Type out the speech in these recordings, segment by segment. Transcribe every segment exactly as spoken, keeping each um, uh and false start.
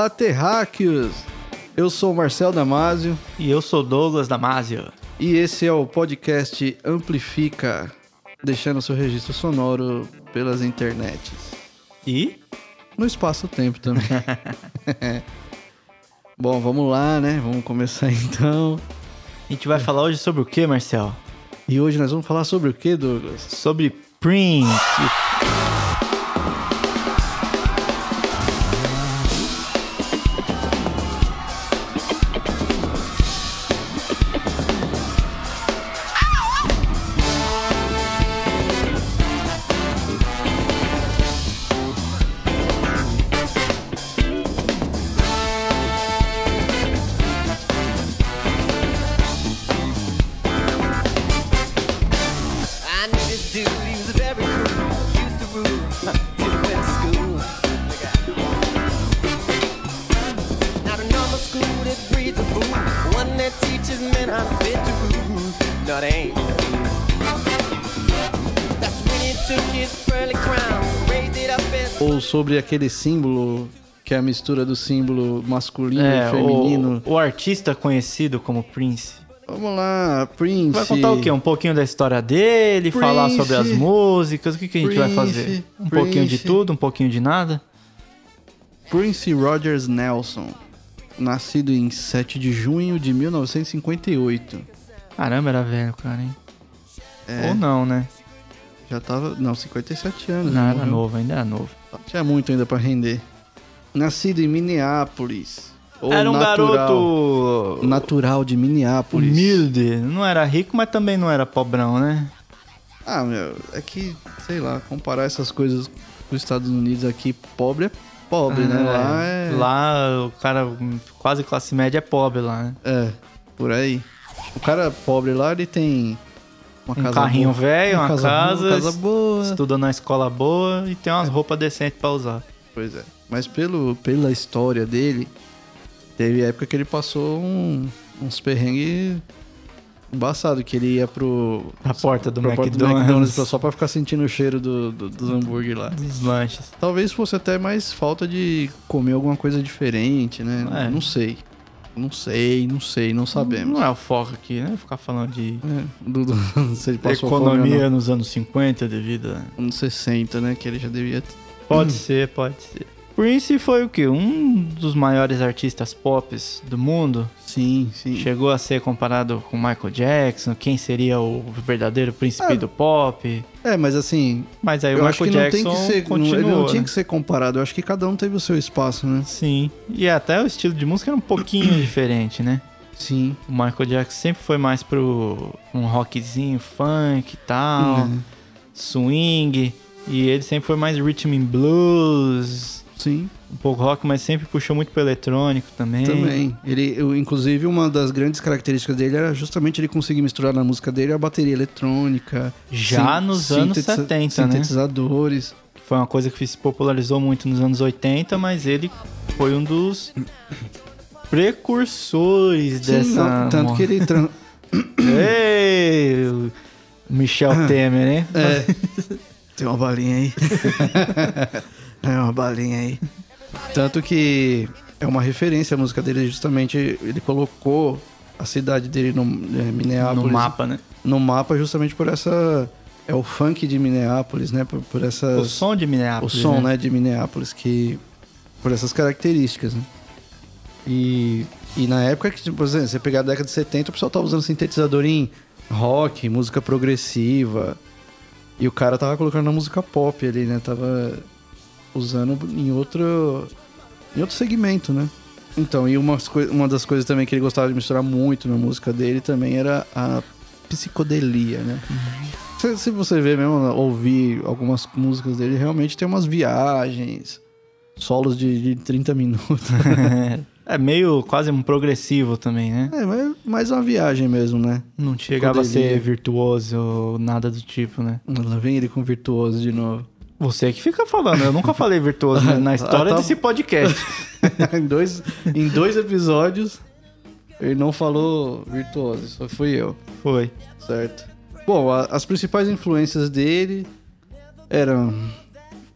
Olá, terráqueos! Eu sou o Marcel Damasio. E eu sou Douglas Damasio. E esse é o podcast Amplifica, deixando seu registro sonoro pelas internets. E? No espaço-tempo também. Bom, vamos lá, né? Vamos começar então. A gente vai falar hoje sobre o que, Marcel? E hoje nós vamos falar sobre o que, Douglas? Sobre Prince. Ou sobre aquele símbolo que é a mistura do símbolo masculino é, e feminino. O, o artista conhecido como Prince. Vamos lá, Prince. Vai contar o quê? Um pouquinho da história dele, Prince, falar sobre as músicas, o que, que a gente Prince, vai fazer? Um Prince. pouquinho de tudo, um pouquinho de nada? Prince Rogers Nelson, nascido em sete de junho de mil novecentos e cinquenta e oito. Caramba, era velho, cara, hein? É, Ou não, né? já tava... Não, cinquenta e sete anos. Não, era morreu. novo, ainda era novo. Tinha muito ainda pra render. Nascido em Minneapolis. Ou Era um natural, garoto natural de Minneapolis. humilde. Não era rico, mas também não era pobrão, né? Ah, meu, é que, sei lá, comparar essas coisas com os Estados Unidos aqui, pobre é pobre, né? Lá é... Lá o cara quase classe média é pobre lá, né? É, por aí. O cara pobre lá, ele tem uma Um casa carrinho boa, velho, uma, casa, casa, boa, casa boa. estuda na escola boa e tem umas roupas decentes pra usar. Pois é. Mas pelo, pela história dele, teve época que ele passou um, uns perrengues embaçados, que ele ia pro... A porta do pra McDonald's. porta do McDonald's pra, só pra ficar sentindo o cheiro do, do, dos hambúrguer lá. Dos lanches. Talvez fosse até mais falta de comer alguma coisa diferente, né? É. Não sei. Não sei, não sei, não sabemos. Não é o foco aqui, né? Ficar falando de É, do, do, se ele passou fome ou economia não. nos anos cinquenta devido a... Anos sessenta, né? Que ele já devia ter. Pode ser, pode ser. Prince foi o quê? Um dos maiores artistas pop do mundo. Sim, sim. Chegou a ser comparado com Michael Jackson, quem seria o verdadeiro príncipe Ah, do pop. É, mas assim, Mas aí o eu acho Michael que não Jackson tem que ser, não, continuou, ele não tinha né? que ser comparado. Eu acho que cada um teve o seu espaço, né? Sim. E até o estilo de música era um pouquinho diferente, né? Sim. O Michael Jackson sempre foi mais pro um rockzinho, funk e tal, Uhum. swing. E ele sempre foi mais rhythm and blues, Sim, um pouco rock, mas sempre puxou muito pro eletrônico também. também. Ele, eu, inclusive, uma das grandes características dele era justamente ele conseguir misturar na música dele a bateria eletrônica. Já sin- nos anos sintetiza- setenta, né? Sintetizadores. Foi uma coisa que se popularizou muito nos anos oitenta, mas ele foi um dos precursores Sim, dessa... não, tanto que ele... Tran... Ei, o Michel Temer, né? É, tem uma balinha aí. É uma balinha aí. Tanto que é uma referência a música dele, justamente ele colocou a cidade dele no é, Minneapolis. No mapa, né? No mapa justamente por essa... É o funk de Minneapolis, né? Por, por essas... O som de O Minneapolis, som, né, de Minneapolis, que... Por essas características, né? E, e na época que, tipo, por exemplo, você pegar a década de setenta, o pessoal tava usando sintetizador em rock, música progressiva. E o cara tava colocando na música pop ali, né? Tava usando em outro... Em outro segmento, né? Então, e umas coi- uma das coisas também que ele gostava de misturar muito na música dele também era a psicodelia, né? Se, se você ver mesmo, ouvir algumas músicas dele, realmente tem umas viagens, solos de, de trinta minutos. É meio quase um progressivo também, né? É, mas mais uma viagem mesmo, né? Não chegava a Poderia. ser virtuoso ou nada do tipo, né? Lá vem ele com virtuoso de novo. Você que fica falando, eu nunca falei virtuoso na- na história Ah, tá. desse podcast. em, dois, em dois episódios, ele não falou virtuoso, só fui eu, Foi. certo? Bom, a- as principais influências dele eram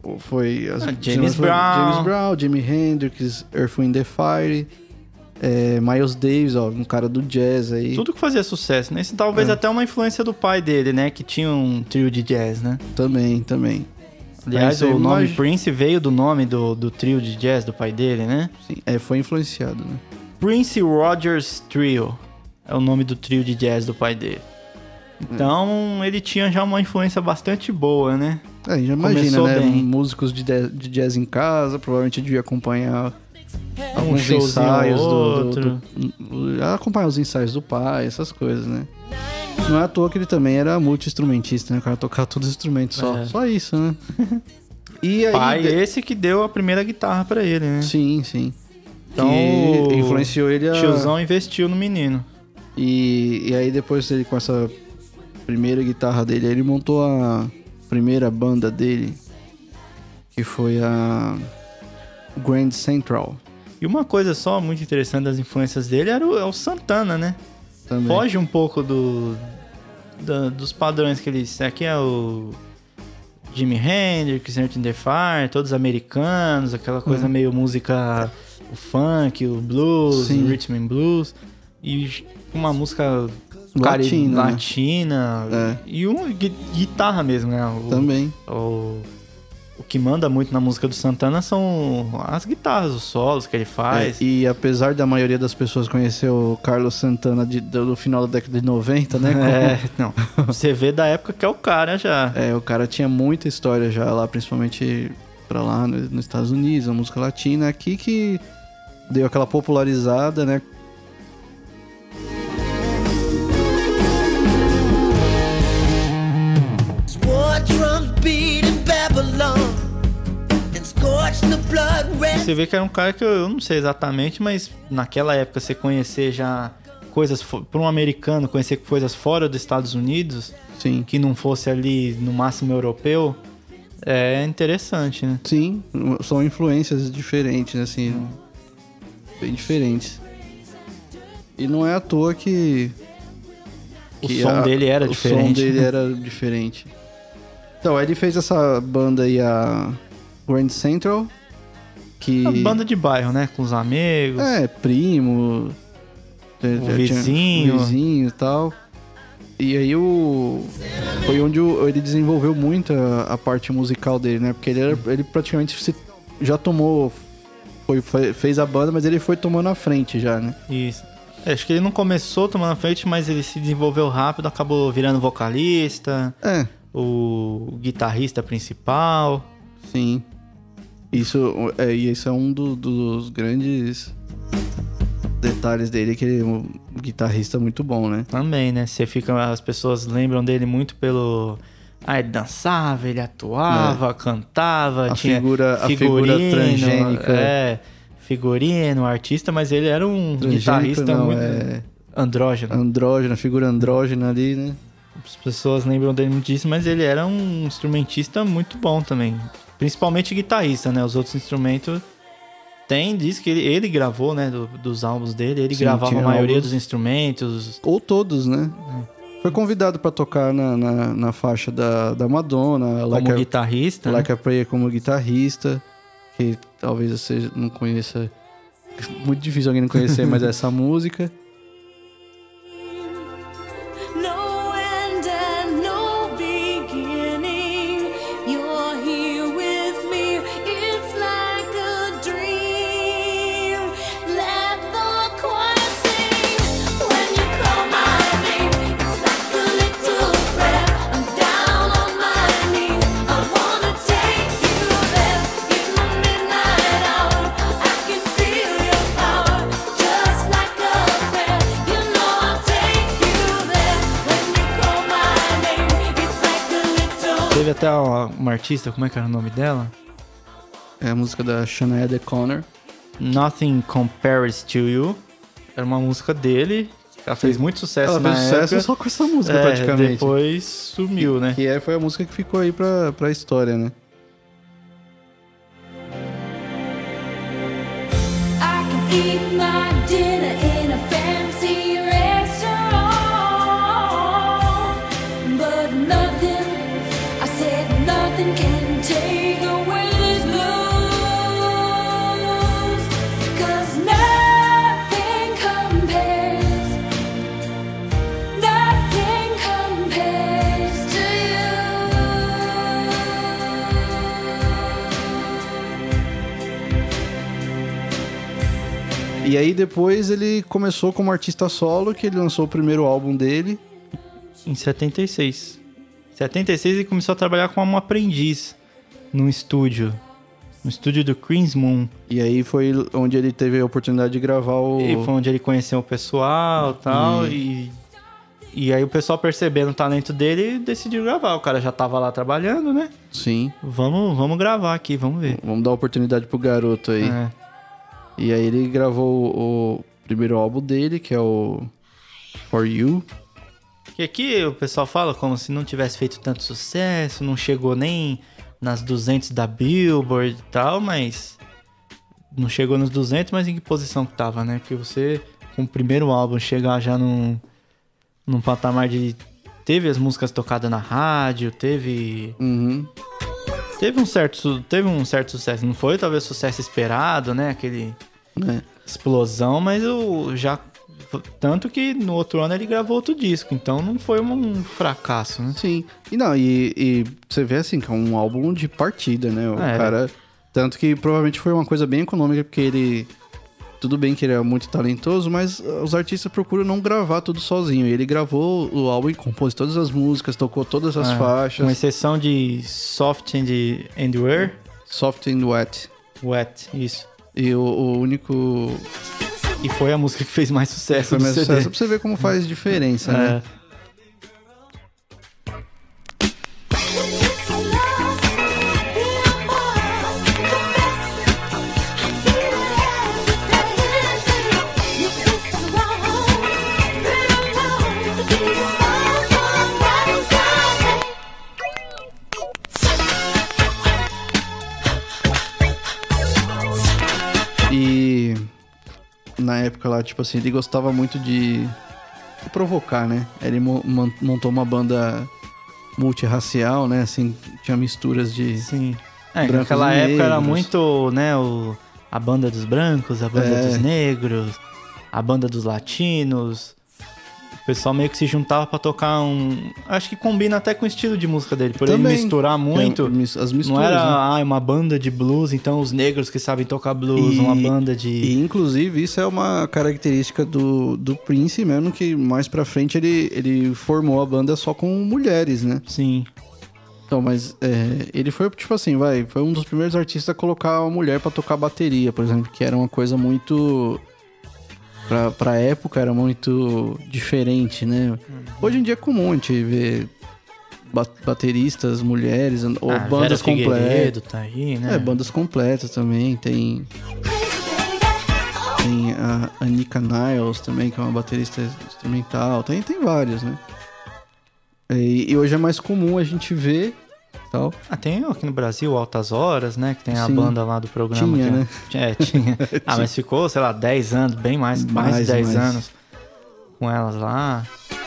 foi as, ah, James foi Brown, James Brown, Jimi Hendrix, Earth, Wind and Fire, é, Miles Davis, ó, um cara do jazz aí. Tudo que fazia sucesso, né? Isso talvez é. até uma influência do pai dele, né? Que tinha um trio de jazz, né? Também, também. Aliás, o nome imag... Prince veio do nome do, do trio de jazz do pai dele, né? Sim, é, foi influenciado, né? Prince Rogers Trio é o nome do trio de jazz do pai dele. Então, é. ele tinha já uma influência bastante boa, né? É, já imagina, Começou né? Bem. Músicos de, de jazz em casa, provavelmente devia acompanhar alguns um ensaios do, do, do, do... acompanhar os ensaios do pai, essas coisas, né? Não é à toa que ele também era multi-instrumentista, né? O cara tocava todos os instrumentos, só, é. só isso, né? E aí, pai de... esse que deu a primeira guitarra pra ele, né? Sim, sim. Então, que influenciou ele a... O tiozão investiu no menino. E, e aí depois ele, com essa primeira guitarra dele, ele montou a primeira banda dele, que foi a Grand Central. E uma coisa só muito interessante das influências dele era o, é o Santana, né? Também. Foge um pouco do, do, dos padrões que eles... Aqui é o Jimi Hendrix, Earth, Wind and Fire, todos americanos, aquela coisa uhum. meio música... O funk, o blues, Sim. o rhythm and blues. E uma música... Latina. Latina. Né? E uma guitarra mesmo, né? O, Também. O, o que manda muito na música do Santana são as guitarras, os solos que ele faz. É, e apesar da maioria das pessoas conhecer o Carlos Santana de, do final da década de noventa, né? Como... É, não. Você vê da época que é o cara já. É, o cara tinha muita história já lá, principalmente pra lá no, nos Estados Unidos, a música latina. Aqui que deu aquela popularizada, né? Você vê que era um cara que eu, eu não sei exatamente, mas naquela época você conhecer já coisas para um americano, conhecer coisas fora dos Estados Unidos, Sim. que não fosse ali no máximo europeu, é interessante, né? Sim, são influências diferentes, assim, hum. bem diferentes. E não é à toa que o que som a, dele era o diferente. O som dele era diferente. Então, ele fez essa banda aí, a Grand Central, que... A banda de bairro, né? Com os amigos. É, primo... O vizinho. O vizinho e tal. E aí o... Foi onde o, ele desenvolveu muito a, a parte musical dele, né? Porque ele, era, ele praticamente se, já tomou... Foi, foi, fez a banda, mas ele foi tomando a frente já, né? Isso. É, acho que ele não começou tomando a frente, mas ele se desenvolveu rápido, acabou virando vocalista. É. O guitarrista principal. Sim. Isso é, isso é um do, dos grandes detalhes dele, que ele é um guitarrista muito bom, né? Também, né? Você fica, as pessoas lembram dele muito pelo... Ah, ele dançava, ele atuava, é. cantava, a tinha figura, a figura transgênica. É, figurino, artista, mas ele era um guitarrista não, muito é... andrógeno. Andrógeno, figura andrógena ali, né? As pessoas lembram dele muito disso, mas ele era um instrumentista muito bom também. Principalmente guitarrista, né? Os outros instrumentos... Tem, diz que ele, ele gravou, né? Do, dos álbuns dele. Ele Sim, gravava a maioria álbuns... dos instrumentos. Ou todos, né? É. Foi convidado pra tocar na, na, na faixa da, da Madonna. Como like guitarrista. A, like né? a Prayer como guitarrista. Que talvez você não conheça... Muito difícil alguém não conhecer, mas essa música... Teve até uma artista, como é que era o nome dela? É a música da Shania O'Connor. Nothing Compares to You. Era uma música dele. Ela fez muito sucesso Ela na fez época. sucesso só com essa música, é, praticamente. Depois sumiu, né? Que é, foi a música que ficou aí pra, pra história, né? I can eat my dinner in a fancy restaurant, but nothing, I said nothing can take away E aí depois ele começou como artista solo, que ele lançou o primeiro álbum dele. Em setenta e seis. Em setenta e seis ele começou a trabalhar como um aprendiz num estúdio. No estúdio do Chris Moon. E aí foi onde ele teve a oportunidade de gravar o... E foi onde ele conheceu o pessoal tal, e... e... E aí o pessoal percebendo o talento dele decidiu gravar. O cara já tava lá trabalhando, né? Sim. Vamos, vamos gravar aqui, vamos ver. Vamos dar oportunidade pro garoto aí. É. E aí ele gravou o primeiro álbum dele, que é o For You. Que aqui o pessoal fala como se não tivesse feito tanto sucesso, não chegou nem nas duzentos da Billboard e tal, mas... Não chegou nos duzentos, mas em que posição que tava, né? Porque você, com o primeiro álbum, chegar já num, num patamar de... Teve as músicas tocadas na rádio, teve... Uhum. Teve um certo, teve um certo sucesso. Não foi talvez sucesso esperado, né? Aquele... É. Explosão, mas eu já... Tanto que no outro ano ele gravou outro disco, então não foi um fracasso, né? Sim. E não, e, e você vê assim, que é um álbum de partida, né? O É. cara... Tanto que provavelmente foi uma coisa bem econômica, porque ele... Tudo bem que ele é muito talentoso, mas os artistas procuram não gravar tudo sozinho. E ele gravou o álbum e compôs todas as músicas, tocou todas as É, faixas. com exceção de Soft and, and Where? Soft and Wet. Wet, isso. E o, o único... E foi a música que fez mais sucesso Foi do mais C D. sucesso, pra você ver como faz diferença, né? É. E na época lá, tipo assim, ele gostava muito de, de provocar, né? Ele mo- mon- montou uma banda multirracial, né? Assim, tinha misturas de... Sim. É, Brancos naquela e época era negros. muito, né, o, a banda dos brancos, a banda É. dos negros, a banda dos latinos. O pessoal meio que se juntava pra tocar um... Acho que combina até com o estilo de música dele, por Também. ele misturar muito. É, mis- as misturas, Não era né? ah, uma banda de blues, então os negros que sabem tocar blues, E- uma banda de... E, inclusive, isso é uma característica do, do Prince mesmo, que mais pra frente ele, ele formou a banda só com mulheres, né? Sim. Então, mas é, ele foi, tipo assim, vai, foi um dos primeiros artistas a colocar uma mulher pra tocar bateria, por exemplo, que era uma coisa muito... Pra, pra época era muito diferente, né? Uhum. Hoje em dia é comum a gente ver ba- bateristas, mulheres, ou Ah, bandas Vera completas. Figueiredo tá aí, né? É, bandas completas também, tem... Tem a Anika Niles também, que é uma baterista instrumental. Tem, tem vários, né? E, e hoje é mais comum a gente ver tal. Ah, tem aqui no Brasil Altas Horas, né? Que tem a Sim. banda lá do programa. Tinha, que é- né? É, tinha. Ah, mas ficou, sei lá, dez anos, bem mais, mais, Mais, de dez mais. anos com elas lá.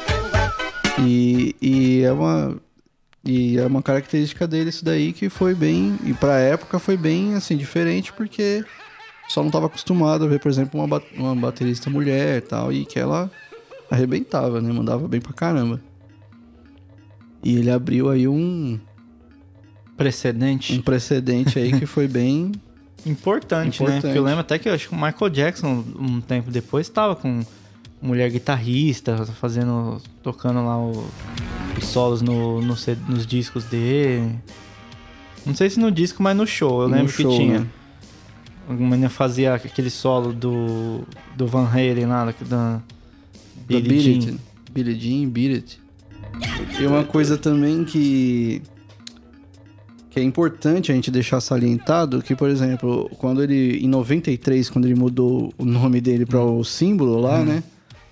E, e é uma... E é uma característica dele isso daí que foi bem... E pra época foi bem, assim, diferente, porque só não tava acostumado a ver, por exemplo, uma, ba- uma baterista mulher e tal, e que ela arrebentava, né? Mandava bem pra caramba. E ele abriu aí um... Precedente. um precedente aí que foi bem... Importante, né? Importante. Porque eu lembro até que eu acho que o Michael Jackson, um tempo depois, estava com mulher guitarrista, fazendo, tocando lá o- os solos no, no C- nos discos dele. Não sei se no disco, mas no show. Eu No lembro show, que tinha. né? Alguma menina fazia aquele solo do, do Van Halen lá, da, da Da Billie Beat Jean. It. Billie Jean, Beat It. E uma coisa também que... Que é importante a gente deixar salientado, que, por exemplo, quando ele... Em noventa e três, quando ele mudou o nome dele para o símbolo lá, Hum. né?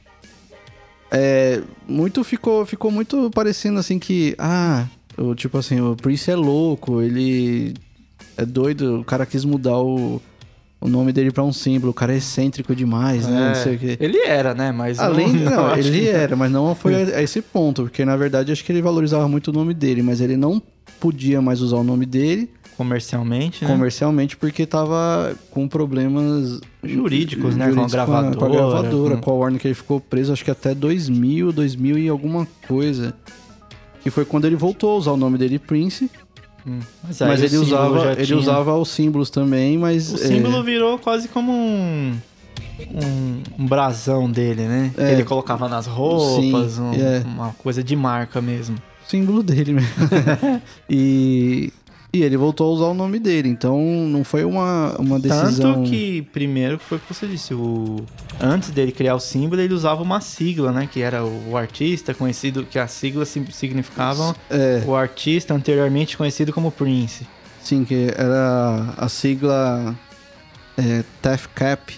É... Muito ficou, ficou muito parecendo assim que... Ah, o, tipo assim, o Prince é louco, ele... É doido, o cara quis mudar o... O nome dele pra um símbolo, o cara é excêntrico demais, né? Não sei o quê. Ele era, né? Mas Além, não, não, acho ele que- era, mas não foi a, a esse ponto, porque na verdade acho que ele valorizava muito o nome dele, mas ele não podia mais usar o nome dele comercialmente, né? comercialmente porque tava com problemas Jurídicos, né? Com a jurídicos gravadora, com a gravadora, com- com a Warner, que ele ficou preso acho que até dois mil, dois mil e alguma coisa. Que foi quando ele voltou a usar o nome dele, Prince, Hum. Mas, aí mas o ele símbolo usava, já ele tinha- usava os símbolos também, mas... O é, símbolo virou quase como um... um, um brasão dele, né? É. Ele colocava nas roupas, Sim, um- é. uma coisa de marca mesmo. Símbolo dele mesmo. e, e ele voltou a usar o nome dele, então não foi uma, uma decisão... Tanto que, primeiro, foi o que você disse, o... antes dele criar o símbolo, ele usava uma sigla, né? Que era o artista conhecido, que as siglas sim- significavam É, o artista anteriormente conhecido como Prince. sim, que era a sigla é, T A F C A P,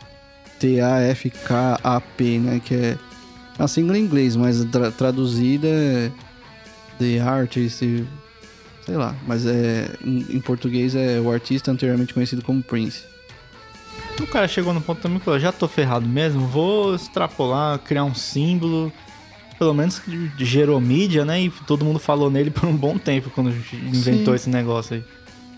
T A F K A P, né? Que é a sigla em inglês, mas tra- traduzida é The Artist, sei lá. Mas é, em, em português é o artista anteriormente conhecido como Prince. O cara chegou no ponto também que falou, já tô ferrado mesmo, vou extrapolar, criar um símbolo, pelo menos que gerou mídia, né? E todo mundo falou nele por um bom tempo quando inventou Sim. esse negócio aí.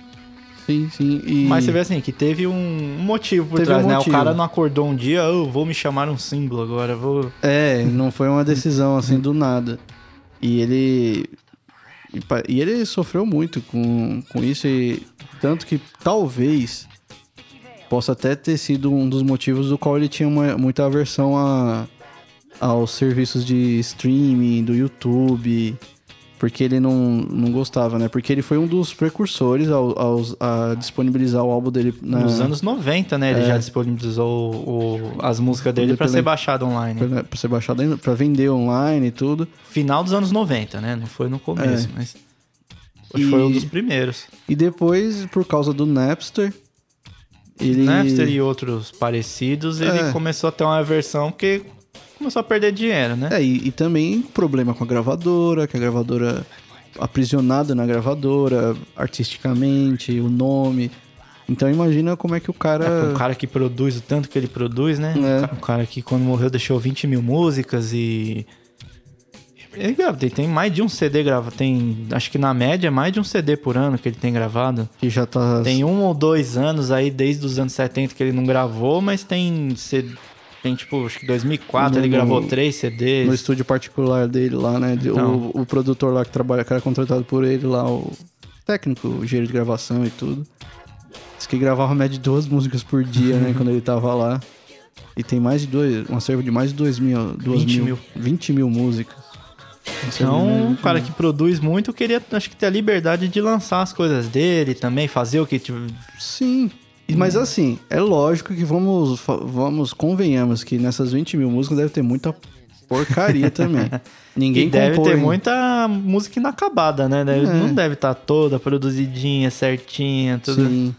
Sim, sim. E... Mas você vê assim, que teve um um motivo por Teve trás, um né? motivo. O cara não acordou um dia, eu vou me chamar um símbolo agora, vou... É, não foi uma decisão assim do nada. E ele. E, pa- e ele sofreu muito com, com isso, e tanto que talvez possa até ter sido um dos motivos do qual ele tinha uma, muita aversão a, aos serviços de streaming do YouTube, porque ele não, não gostava, né? Porque ele foi um dos precursores ao, aos- a disponibilizar o álbum dele na, Nos anos noventa, né? Ele É. já disponibilizou o- as músicas dele pra Pela- ser baixado online. pra, pra ser baixado, ainda- pra vender online e tudo. Final dos anos noventa, né? Não foi no começo, É. mas... Acho que E- foi um dos primeiros. E depois, por causa do Napster, ele... Napster e outros parecidos, ele É. começou a ter uma versão que começou a perder dinheiro, né? É, e, e também problema com a gravadora, que a gravadora aprisionada na gravadora, artisticamente, o nome. Então imagina como é que o cara... É, um cara que produz o tanto que ele produz, né? É. Um ca- Um cara que quando morreu deixou vinte mil músicas e... Ele grava, tem- tem mais de um C D gravado, tem... Acho que na média é mais de um C D por ano que ele tem gravado. que já tá... Tem um ou dois anos aí, desde os anos setenta que ele não gravou, mas tem... C- Tem tipo, acho que dois mil e quatro No- ele gravou três C Ds. No estúdio particular dele lá, né? de- Então. O, o produtor lá que trabalha, que era contratado por ele lá, o técnico, o engenheiro de gravação e tudo. Diz que gravava média de duas músicas por dia, né? Quando ele tava lá. E tem mais de dois, um acervo de mais de dois mil, duas vinte mil, mil. vinte mil músicas. Um acervo de mais de Então, um vinte cara mil. que produz muito queria, acho que, ter a liberdade de lançar as coisas dele também, fazer o que... Tipo, Sim. E- Mas assim, é lógico que vamos, fa- vamos, convenhamos que nessas vinte mil músicas deve ter muita porcaria também. Ninguém e deve compõe. ter muita música inacabada, né? Deve- É. Não deve estar toda produzidinha, certinha, tudo. Sim.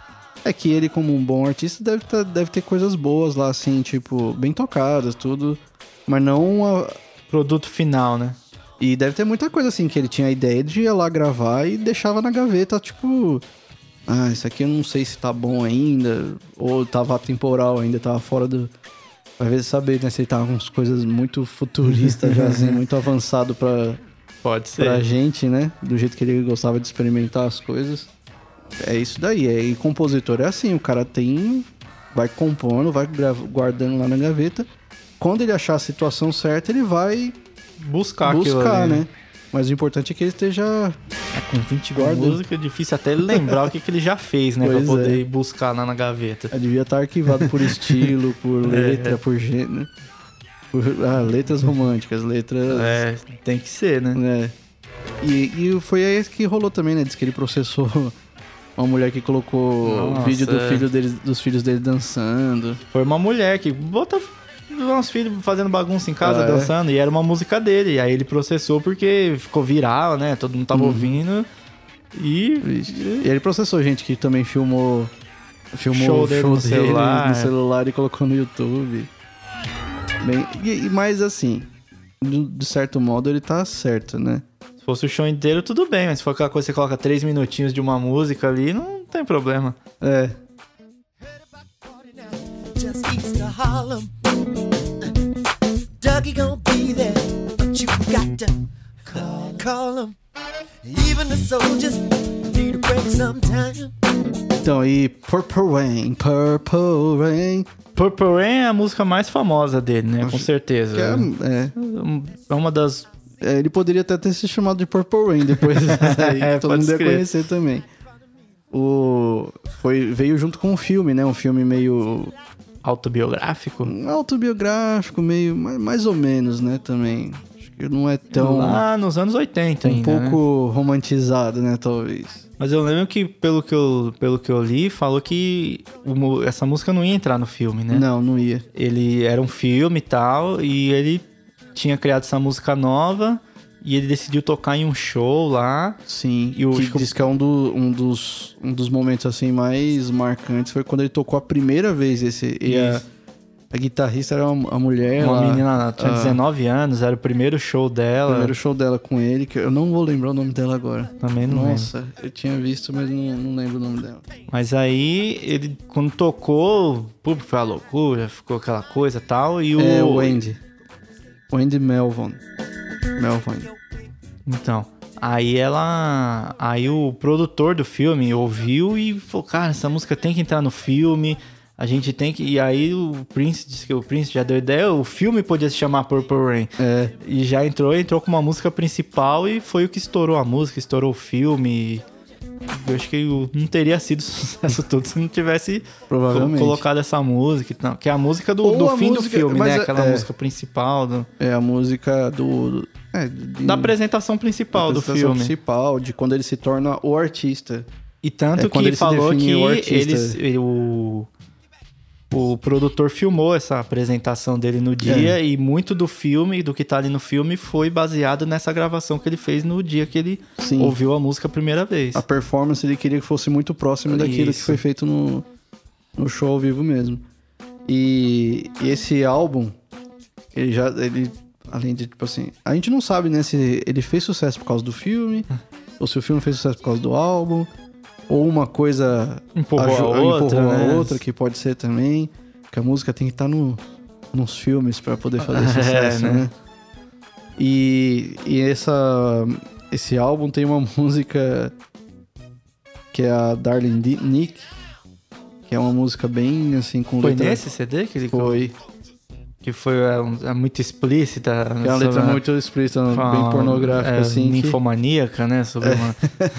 É que ele, como um bom artista, deve, tá- deve ter coisas boas lá, assim, tipo, bem tocadas, tudo. Mas não. A... Produto final, né? E deve ter muita coisa, assim, que ele tinha a ideia de ir lá gravar e deixava na gaveta, tipo. Ah, isso aqui eu não sei se tá bom ainda. Ou tava atemporal ainda, tava fora do. Às vezes saber, né? Se ele tava com umas coisas muito futuristas, já assim, muito avançado pra, Pode ser. pra gente, né? Do jeito que ele gostava de experimentar as coisas. É isso daí. É, e compositor é assim, o cara tem... Vai compondo, vai grava- guardando lá na gaveta. Quando ele achar a situação certa, ele vai Buscar, aquilo buscar, ali, né? Mas o importante é que ele esteja... É, com vinte mil Guarda. músicas, é difícil até lembrar o que, que ele já fez, né? Pois pra poder é. ir buscar lá na gaveta. Ele devia estar arquivado por estilo, por É. letra, por gênero. Por, ah, letras românticas, letras... É, tem que ser, né? né? E, e foi aí que rolou também, né? Diz que ele processou uma mulher que colocou Nossa, vídeo do é. filho dele, dos filhos dele dançando. Foi uma mulher que bota uns filhos fazendo bagunça em casa, Ah, é? dançando, e era uma música dele. E aí ele processou porque ficou viral, né? Todo mundo tava Uhum. ouvindo. E Vixe. E ele processou gente que também filmou, filmou Show o dele show no dele celular. no celular e colocou no YouTube. Bem, e, e mais assim, de, de certo modo ele tá certo, né? se fosse o show inteiro, tudo bem. Mas se for aquela coisa que você coloca três minutinhos de uma música ali, não tem problema. É. Just east of Harlem. Dougie gon' be there, but you got to call, call him. Even the soldiers need a break sometime. Então, e Purple Rain, Purple Rain. Purple Rain é a música mais famosa dele, né? Com certeza. Que é, É uma das... é, ele poderia até ter se chamado de Purple Rain depois aí, É, que todo pode mundo ia escrever. conhecer também. O, foi, veio junto com um filme, né? Um filme meio autobiográfico? Um autobiográfico, meio... mais, mais ou menos, né, também. Acho que não é tão... Lá nos anos oitenta um ainda, Um né? pouco romantizado, né, talvez. Mas eu lembro que, pelo que eu, pelo que eu li, falou que o mu- essa música não ia entrar no filme, né? Não, não ia. Ele era um filme e tal, e ele tinha criado essa música nova, e ele decidiu tocar em um show lá. Sim, E o que Chico- diz que é um, do, um, dos, um dos momentos, assim, mais marcantes. Foi quando ele tocou a primeira vez esse... E a, Isso. a guitarrista era uma, a mulher... Uma ela- menina, ela tinha a- dezenove anos, era o primeiro show O dela. primeiro show dela com ele, que eu não vou lembrar o nome dela agora. Também não lembro. Nossa, eu tinha visto, mas não, não lembro o nome dela. Mas aí, ele, quando tocou, o público foi uma loucura, ficou aquela coisa e tal, e o... É o Wendy. Wendy Melvoin. Melvoin. Então, aí ela... Aí o produtor do filme ouviu e falou, cara, essa música tem que entrar no filme, a gente tem que... E aí o Prince disse que o Prince já deu ideia, o filme podia se chamar Purple Rain. É, E já entrou, entrou com uma música principal e foi o que estourou a música, estourou o filme. Eu acho que não teria sido sucesso todo se não tivesse provavelmente. co- colocado essa música, e tal, que é a música do, Ou do a fim música- do filme, mas né? é- Aquela é. música principal, do- É a música do... do- é, de- da apresentação principal da do apresentação filme. principal, de quando ele se torna o artista. E tanto É quando que ele se falou define que o artista. eles, ele- o, o produtor filmou essa apresentação dele no dia É. e muito do filme, do que tá ali no filme, foi baseado nessa gravação que ele fez no dia que ele Sim. ouviu a música a primeira vez. A performance ele queria que fosse muito próximo daquilo Isso. que foi feito no, no show ao vivo mesmo. E, e esse álbum, ele já... Ele, além de, tipo assim... A gente não sabe, né, se ele fez sucesso por causa do filme, ou se o filme fez sucesso por causa do álbum, ou uma coisa Empurrou aju- a outra, empurrou a né? outra, que pode ser também. Que a música tem que estar no, nos filmes pra poder fazer É, sucesso, né? né? E, e essa, esse álbum tem uma música que é a Darling Di- Nick, que é uma música bem assim com Foi letra... nesse C D que ele Foi. que foi é, um- é muito explícita, Que é uma letra sobre a- muito explícita, com a- bem pornográfica, é, assim. que- ninfomaníaca, né? Sobre uma...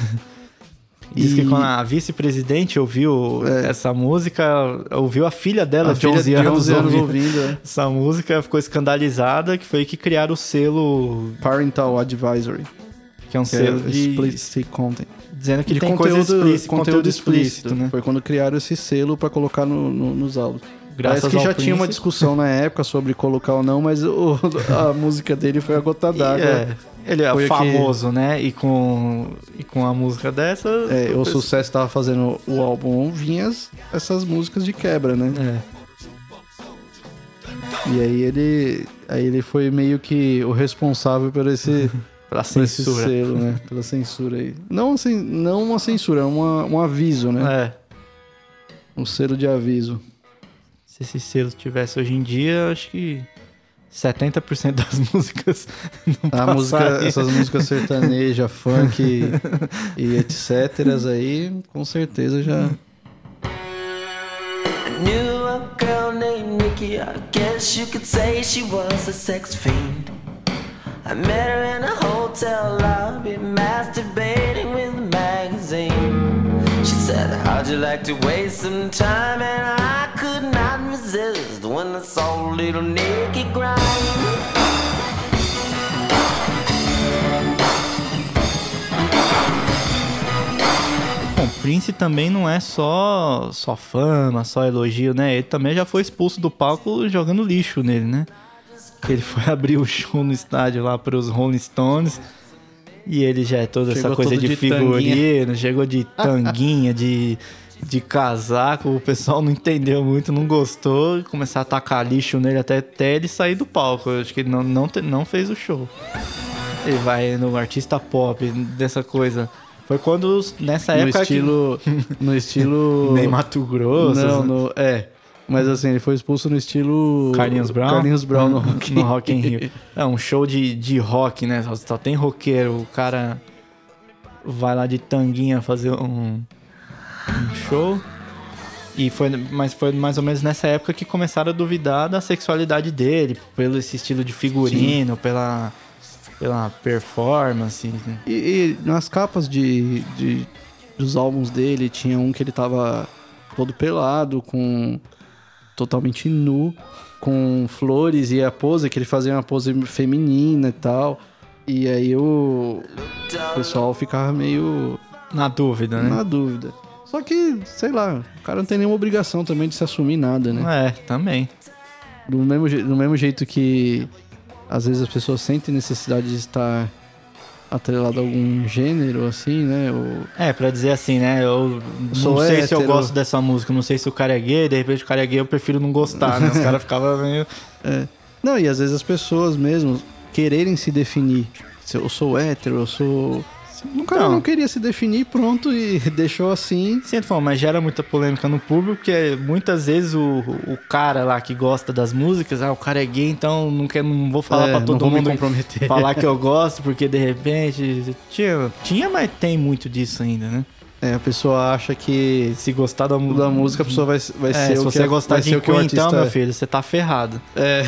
Diz E- que quando a vice-presidente ouviu É. essa música, ouviu a filha dela a de filha onze anos, onze anos ouvindo ouvindo, é. essa música, ficou escandalizada, que foi que criaram o selo, Parental Advisory, que é um que é selo de... explicit content. dizendo que De tem coisa explícita, conteúdo explícito, né? Foi quando criaram esse selo pra colocar no- no- nos álbuns. Graças Parece que ao já tinha uma Prince. discussão na época sobre colocar ou não, mas o- a música dele foi a gota d'água. É, ele é Foi o que- famoso, né? E com, e com a música dessa... É, o sucesso tava fazendo o álbum, vinha as- essas músicas de quebra, né? É. E aí ele, aí ele foi meio que o responsável por esse, Pra por esse censura. selo, né? Pela censura aí. Não, assim, não uma censura, uma, um aviso, né? É. Um selo de aviso. Se esse selo tivesse hoje em dia, acho que setenta por cento das músicas não A música, passariam. essas músicas sertaneja, funk e, e etc. aí, com certeza já... I knew a girl named Nikki, I guess you could say she was a sex fiend. I met her in a hotel lobby, masturbating with a magazine. She said, how'd you like to waste some time? And I could not resist when I saw little Nikki grind. Bom, Prince também não é só, só fama, só elogio, né? Ele também já foi expulso do palco jogando lixo nele, né? Ele foi abrir o show no estádio lá para os Rolling Stones e ele já é toda Chegou essa coisa todo de, de figurino, chegou de tanguinha, de, de casaco, o pessoal não entendeu muito, não gostou, começar a tacar lixo nele até, até ele sair do palco. Eu acho que ele não, não, te- não fez o show. Ele vai no artista pop, dessa coisa. Foi quando, nessa No época estilo... No que... estilo... Nem Mato Grosso. Não, no, é. Mas assim, ele foi expulso no estilo... Carlinhos Brown? Carlinhos Brown no Rock, no Rock in Rio. É um show de, de rock, né? Só, só tem roqueiro. O cara vai lá de tanguinha fazer um, um show. E foi, mas foi mais ou menos nessa época que começaram a duvidar da sexualidade dele, pelo esse estilo de figurino, pela, pela performance. Né? E, e nas capas de, de, dos álbuns dele, tinha um que ele tava todo pelado, com... totalmente nu, com flores, e a pose que ele fazia uma pose feminina e tal. E aí o, o pessoal ficava meio... Na dúvida, né? Na dúvida. Só que, sei lá, o cara não tem nenhuma obrigação também de se assumir nada, né? É, também. Do mesmo, je- do mesmo jeito que às vezes as pessoas sentem necessidade de estar atrelado a algum gênero, assim, né? Ou... É, pra dizer assim, né? Eu não Sou sei se eu hétero. gosto dessa música, não sei se o cara é gay, de repente o cara é gay, eu prefiro não gostar, né? Os caras ficavam meio... Não, e às vezes as pessoas mesmo quererem se definir. Se eu sou hétero, eu sou... O cara Então. não queria se definir, pronto, e deixou assim. Sinto falando, mas gera muita polêmica no público, porque muitas vezes o, o cara lá que gosta das músicas, ah, o cara é gay, então não, quer, não vou falar É, pra não todo vou me mundo comprometer. falar que eu gosto, porque de repente... Tinha, tinha, mas tem muito disso ainda, né? É, a pessoa acha que Se gostar da, mu- da música a pessoa vai, vai É, ser se o que você gostar vai de ser o que o Queen, então, artista meu filho, você tá ferrado. É.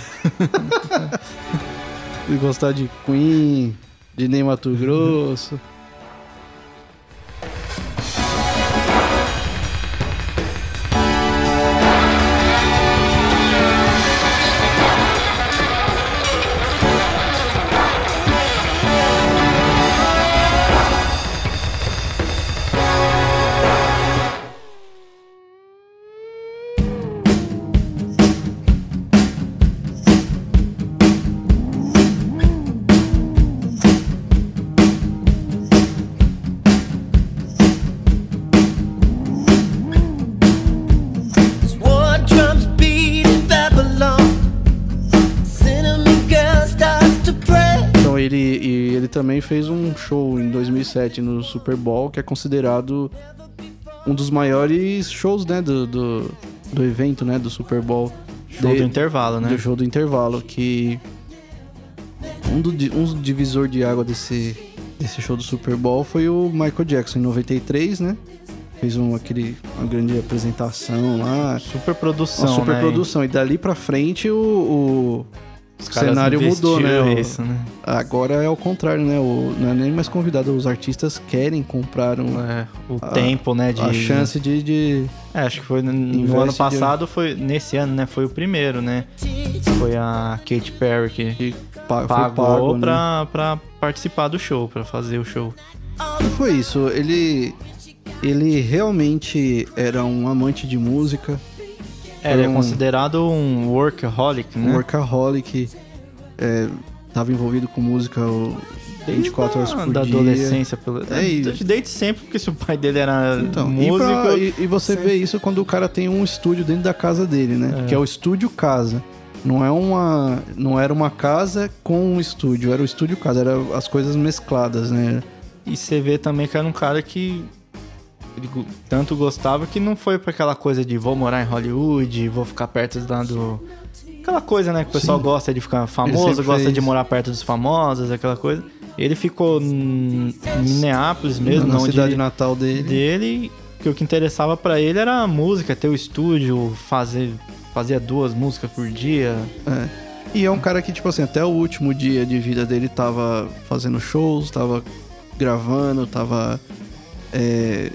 Se gostar de Queen, de Ney Mato Grosso. War drums beat in Babylon. Cinnamon girl starts to pray. Então ele, e ele também fez um show em dois mil e sete no Super Bowl, que é considerado um dos maiores shows, né, do, do, do evento, né, do Super Bowl. Show De- do intervalo, né? Do show do intervalo, que um, do, di- um divisor de água desse, desse show do Super Bowl foi o Michael Jackson em noventa e três, né? Fez um, aquele, uma grande apresentação lá, Super produção, uma super né? produção. E dali pra frente o, o Os caras cenário mudou, né? investiram O- Isso, né? Agora é o contrário, né? O, não é nem mais convidado, os artistas querem comprar um, É, o A- tempo, né? De... a chance de... de É, acho que foi no, no Investe ano de- passado, foi nesse ano, né? Foi o primeiro, né? Foi a Katy Perry que de pa- foi pagou pago, né? pra, pra participar do show, pra fazer o show. Não foi isso. Ele, ele realmente era um amante de música, É, ele é um- considerado um workaholic, um né? workaholic, é, tava envolvido com música o vinte e quatro horas da, por da dia. adolescência. Pelo... É, e- Desde, desde sempre, porque se o pai dele era Então, e, músico... pra- e- e você vê isso quando o cara tem um estúdio dentro da casa dele, né? É. Que é o estúdio casa. Não é uma, não era uma casa com um estúdio, era o estúdio casa, era as coisas mescladas, né? E você vê também que era um cara que ele go- tanto gostava que não foi pra aquela coisa de vou morar em Hollywood, vou ficar perto lá do... Aquela coisa, né? Que o pessoal Sim. gosta de ficar famoso, sempre gosta fez. de morar perto dos famosos, aquela coisa. Ele ficou em Minneapolis mesmo, na onde cidade natal dele. dele, que o que interessava pra ele era a música, ter o estúdio, fazer fazia duas músicas por dia. É. E é um cara que, tipo assim, até o último dia de vida dele tava fazendo shows, tava gravando, tava é,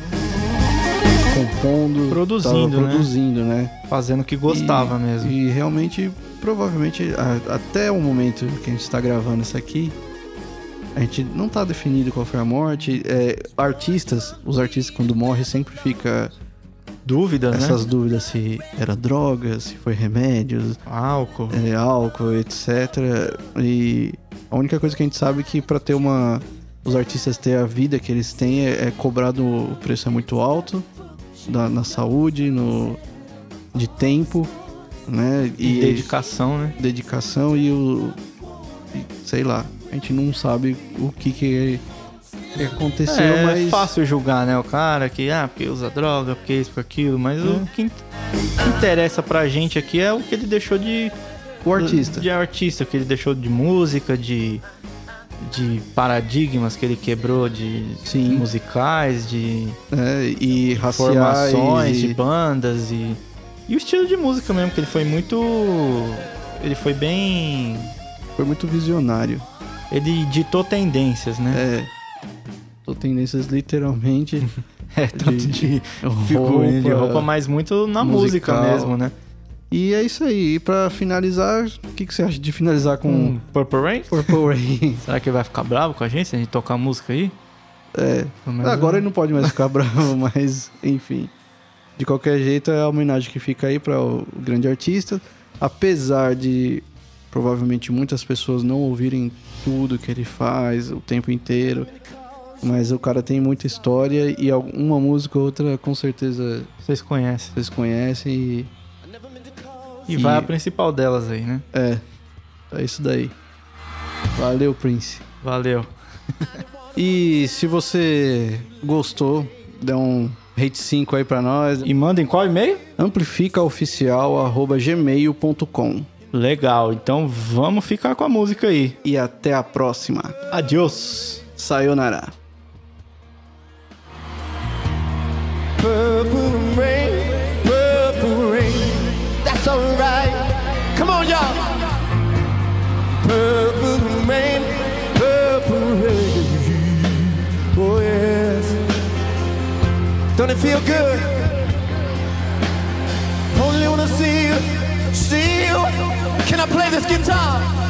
compondo, Produzindo, tava né? produzindo, né? Fazendo o que gostava E- mesmo. E realmente, provavelmente, a- até o momento que a gente está gravando isso aqui, a gente não tá definido qual foi a morte. É, artistas, os artistas quando morrem sempre fica Dúvidas, essas né? dúvidas se era droga, se foi remédios, Álcool. é, álcool, etcétera. E a única coisa que a gente sabe é que para ter uma... Os artistas ter a vida que eles têm é, é cobrado, o preço é muito alto da, na saúde, no, de tempo, né? E dedicação, né? dedicação e o... e, sei lá, a gente não sabe o que que, que aconteceu, É mas... fácil julgar, né? O cara que, ah, porque usa droga, porque isso, porque aquilo. Mas o que in- interessa pra gente aqui é o que ele deixou de... O artista. De artista, o que ele deixou de música, de... De paradigmas que ele quebrou de Sim. musicais, de É, e raciais. formações, e- de bandas e... E o estilo de música mesmo, que ele foi muito... Ele foi bem... Foi muito visionário. Ele ditou tendências, né? É. Tô tendências literalmente É, tanto de, de figurinha de roupa, roupa, mas muito na musical. música mesmo, né? E é isso aí. E pra finalizar, o que, que você acha de finalizar com Hum, Purple Rain? Purple Rain? Será que ele vai ficar bravo com a gente se a gente tocar a música aí? É, Mas agora eu- ele não pode mais ficar bravo, mas enfim. De qualquer jeito, é a homenagem que fica aí para o grande artista. Apesar de provavelmente muitas pessoas não ouvirem tudo que ele faz o tempo inteiro, mas o cara tem muita história e alguma música ou outra com certeza Vocês conhecem. vocês conhecem e E E- vai a principal delas aí, né? é, é isso daí. Valeu, Prince. Valeu. E se você gostou, dê um rate cinco aí pra nós. E mandem qual e-mail? amplificaoficial arroba gmail ponto com. Legal, então vamos ficar com a música aí. E até a próxima. Adiós. Sayonara. Purple rain, purple rain, that's alright. Come on, y'all. Purple rain, purple rain. Oh, yes. Don't it feel good? Only wanna see you, see you. Can I play this guitar?